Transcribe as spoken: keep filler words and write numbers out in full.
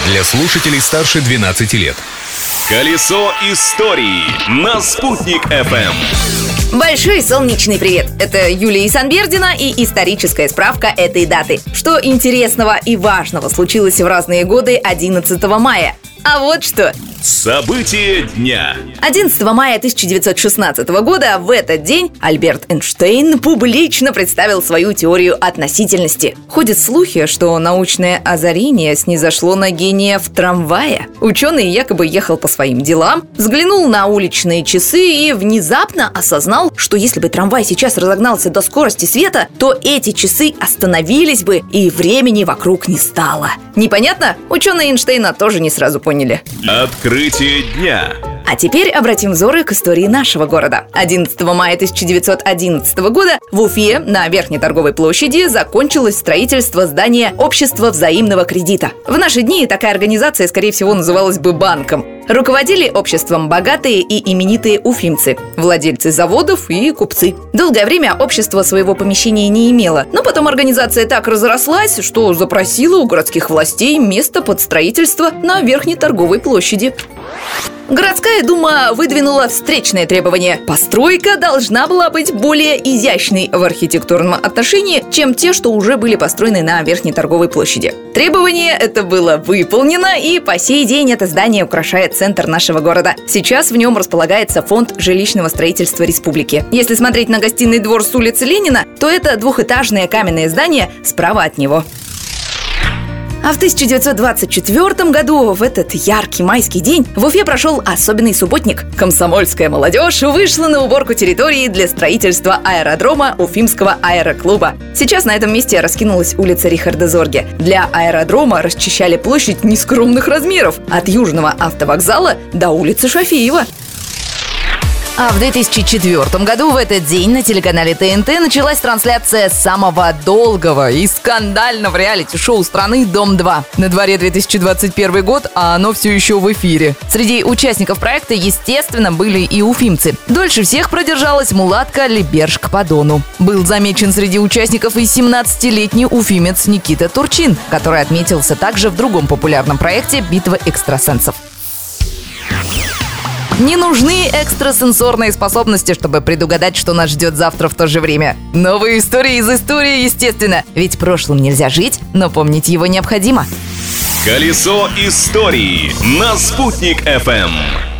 Для слушателей старше двенадцати лет. Колесо истории на Спутник эф эм. Большой солнечный привет! Это Юлия Исанбердина и историческая справка этой даты. Что интересного и важного случилось в разные годы одиннадцатого мая? А вот что! События дня. одиннадцатого мая тысяча девятьсот шестнадцатого года в этот день Альберт Эйнштейн публично представил свою теорию относительности. Ходят слухи, что научное озарение снизошло на гения в трамвае. Ученый якобы ехал по своим делам, взглянул на уличные часы и внезапно осознал, что если бы трамвай сейчас разогнался до скорости света, то эти часы остановились бы и времени вокруг не стало. Непонятно? Ученые Эйнштейна тоже не сразу поняли. Открытие дня. А теперь обратим взоры к истории нашего города. одиннадцатого мая тысяча девятьсот одиннадцатого года в Уфе на Верхней торговой площади закончилось строительство здания Общества взаимного кредита. В наши дни такая организация, скорее всего, называлась бы банком. Руководили обществом богатые и именитые уфимцы, владельцы заводов и купцы. Долгое время общество своего помещения не имело, но потом организация так разрослась, что запросила у городских властей место под строительство на Верхней торговой площади. Городская дума выдвинула встречное требование. Постройка должна была быть более изящной в архитектурном отношении, чем те, что уже были построены на Верхней торговой площади. Требование это было выполнено, и по сей день это здание украшает центр нашего города. Сейчас в нем располагается фонд жилищного строительства республики. Если смотреть на гостиный двор с улицы Ленина, то это двухэтажное каменное здание справа от него. А в тысяча девятьсот двадцать четвёртом году, в этот яркий майский день, в Уфе прошел особенный субботник. Комсомольская молодежь вышла на уборку территории для строительства аэродрома Уфимского аэроклуба. Сейчас на этом месте раскинулась улица Рихарда Зорге. Для аэродрома расчищали площадь нескромных размеров от Южного автовокзала до улицы Шафиева. А в две тысячи четвёртом году в этот день на телеканале ТНТ началась трансляция самого долгого и скандального реалити-шоу страны «Дом-два». На дворе две тысячи двадцать первый год, а оно все еще в эфире. Среди участников проекта, естественно, были и уфимцы. Дольше всех продержалась мулатка Либершка по Дону. Был замечен среди участников и семнадцатилетний уфимец Никита Турчин, который отметился также в другом популярном проекте «Битва экстрасенсов». Не нужны экстрасенсорные способности, чтобы предугадать, что нас ждет завтра в то же время. Новые истории из истории, естественно. Ведь прошлым нельзя жить, но помнить его необходимо. Колесо истории на Спутник эф эм.